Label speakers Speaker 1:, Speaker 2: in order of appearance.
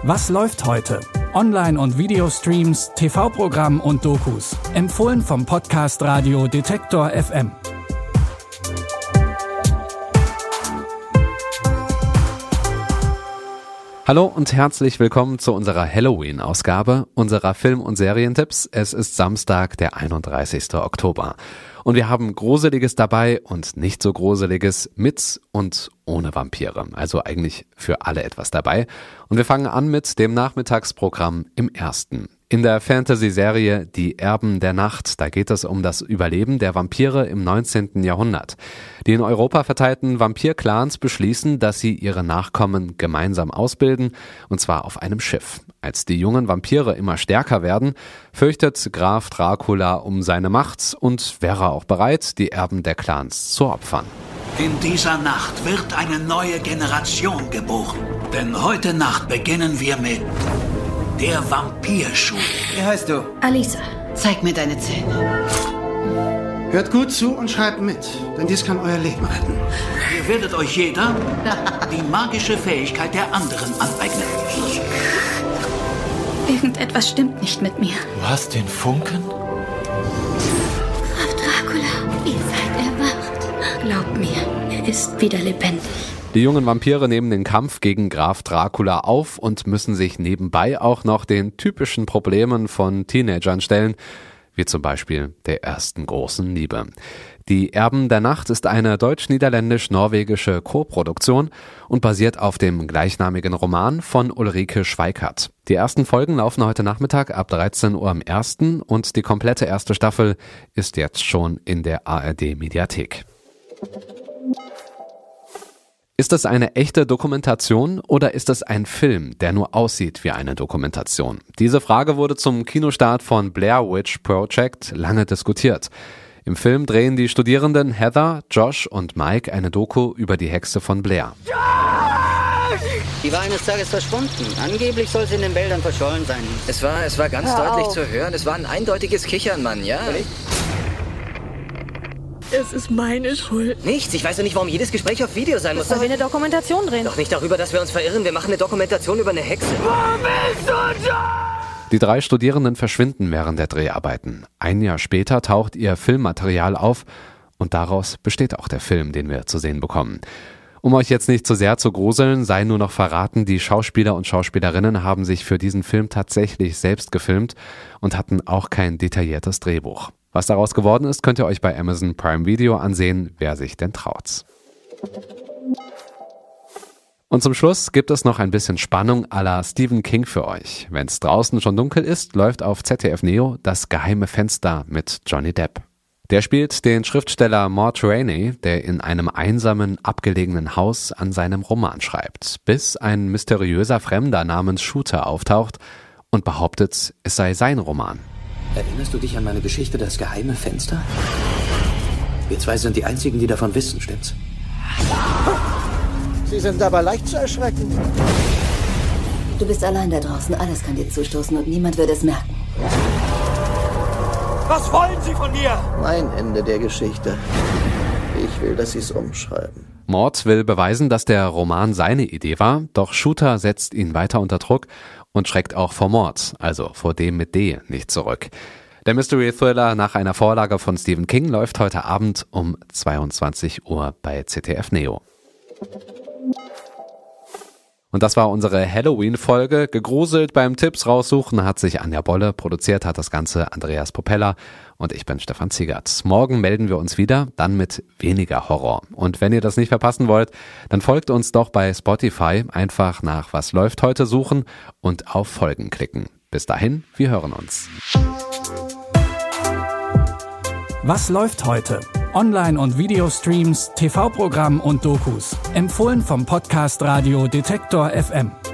Speaker 1: Was läuft heute? Online- und Videostreams, TV-Programm und Dokus. Empfohlen vom Podcast Radio Detektor FM.
Speaker 2: Hallo und herzlich willkommen zu unserer Halloween-Ausgabe unserer Film- und Serientipps. Es ist Samstag, der 31. Oktober. Und wir haben Gruseliges dabei und nicht so Gruseliges mit und ohne Vampire. Also eigentlich für alle etwas dabei. Und wir fangen an mit dem Nachmittagsprogramm im Ersten. In der Fantasy-Serie Die Erben der Nacht, da geht es um das Überleben der Vampire im 19. Jahrhundert. Die in Europa verteilten Vampir-Clans beschließen, dass sie ihre Nachkommen gemeinsam ausbilden, und zwar auf einem Schiff. Als die jungen Vampire immer stärker werden, fürchtet Graf Dracula um seine Macht und wäre auch bereit, die Erben der Clans zu opfern.
Speaker 3: In dieser Nacht wird eine neue Generation geboren. Denn heute Nacht beginnen wir mit der Vampirschule.
Speaker 4: Wie heißt du?
Speaker 5: Alisa.
Speaker 6: Zeig mir deine Zähne.
Speaker 4: Hört gut zu und schreibt mit, denn dies kann euer Leben retten.
Speaker 3: Ihr werdet euch jeder die magische Fähigkeit der anderen aneignen.
Speaker 5: Irgendetwas stimmt nicht mit mir.
Speaker 7: Du hast den Funken?
Speaker 5: Graf Dracula, ihr seid erwacht. Glaubt mir, er ist wieder lebendig.
Speaker 2: Die jungen Vampire nehmen den Kampf gegen Graf Dracula auf und müssen sich nebenbei auch noch den typischen Problemen von Teenagern stellen, wie zum Beispiel der ersten großen Liebe. Die Erben der Nacht ist eine deutsch-niederländisch-norwegische Co-Produktion und basiert auf dem gleichnamigen Roman von Ulrike Schweikart. Die ersten Folgen laufen heute Nachmittag ab 13 Uhr am Ersten und die komplette erste Staffel ist jetzt schon in der ARD-Mediathek. Ist es eine echte Dokumentation oder ist es ein Film, der nur aussieht wie eine Dokumentation? Diese Frage wurde zum Kinostart von Blair Witch Project lange diskutiert. Im Film drehen die Studierenden Heather, Josh und Mike eine Doku über die Hexe von Blair.
Speaker 6: Die war eines Tages verschwunden. Angeblich soll sie in den Wäldern verschollen sein.
Speaker 8: Es war ganz deutlich zu hören. Es war ein eindeutiges Kichern, Mann, ja?
Speaker 9: Es ist meine Schuld.
Speaker 8: Nichts. Ich weiß doch nicht, warum jedes Gespräch auf Video sein muss.
Speaker 9: Weil wir eine Dokumentation drehen.
Speaker 8: Doch nicht darüber, dass wir uns verirren. Wir machen eine Dokumentation über eine Hexe.
Speaker 9: Wo bist du da?
Speaker 2: Die 3 Studierenden verschwinden während der Dreharbeiten. Ein Jahr später taucht ihr Filmmaterial auf und daraus besteht auch der Film, den wir zu sehen bekommen. Um euch jetzt nicht zu sehr zu gruseln, sei nur noch verraten, die Schauspieler und Schauspielerinnen haben sich für diesen Film tatsächlich selbst gefilmt und hatten auch kein detailliertes Drehbuch. Was daraus geworden ist, könnt ihr euch bei Amazon Prime Video ansehen, wer sich denn traut. Und zum Schluss gibt es noch ein bisschen Spannung à la Stephen King für euch. Wenn es draußen schon dunkel ist, läuft auf ZDF Neo Das geheime Fenster mit Johnny Depp. Der spielt den Schriftsteller Mort Rainey, der in einem einsamen, abgelegenen Haus an seinem Roman schreibt, bis ein mysteriöser Fremder namens Shooter auftaucht und behauptet, es sei sein Roman.
Speaker 10: Erinnerst du dich an meine Geschichte, das geheime Fenster? Wir 2 sind die Einzigen, die davon wissen, stimmt's?
Speaker 4: Sie sind aber leicht zu erschrecken.
Speaker 11: Du bist allein da draußen, alles kann dir zustoßen und niemand wird es merken.
Speaker 7: Was wollen Sie von mir?
Speaker 4: Mein Ende der Geschichte. Ich will, dass Sie es umschreiben.
Speaker 2: Mort will beweisen, dass der Roman seine Idee war, doch Shooter setzt ihn weiter unter Druck und schreckt auch vor Mord, also vor dem mit D, nicht zurück. Der Mystery-Thriller nach einer Vorlage von Stephen King läuft heute Abend um 22 Uhr bei ZDF Neo. Und das war unsere Halloween-Folge. Gegruselt beim Tipps raussuchen hat sich Anja Bolle, produziert hat das Ganze Andreas Propeller und ich bin Stefan Ziegert. Morgen melden wir uns wieder, dann mit weniger Horror. Und wenn ihr das nicht verpassen wollt, dann folgt uns doch bei Spotify. Einfach nach Was läuft heute suchen und auf Folgen klicken. Bis dahin, wir hören uns.
Speaker 1: Was läuft heute? Online- und Videostreams, TV-Programm und Dokus. Empfohlen vom Podcast Radio Detektor FM.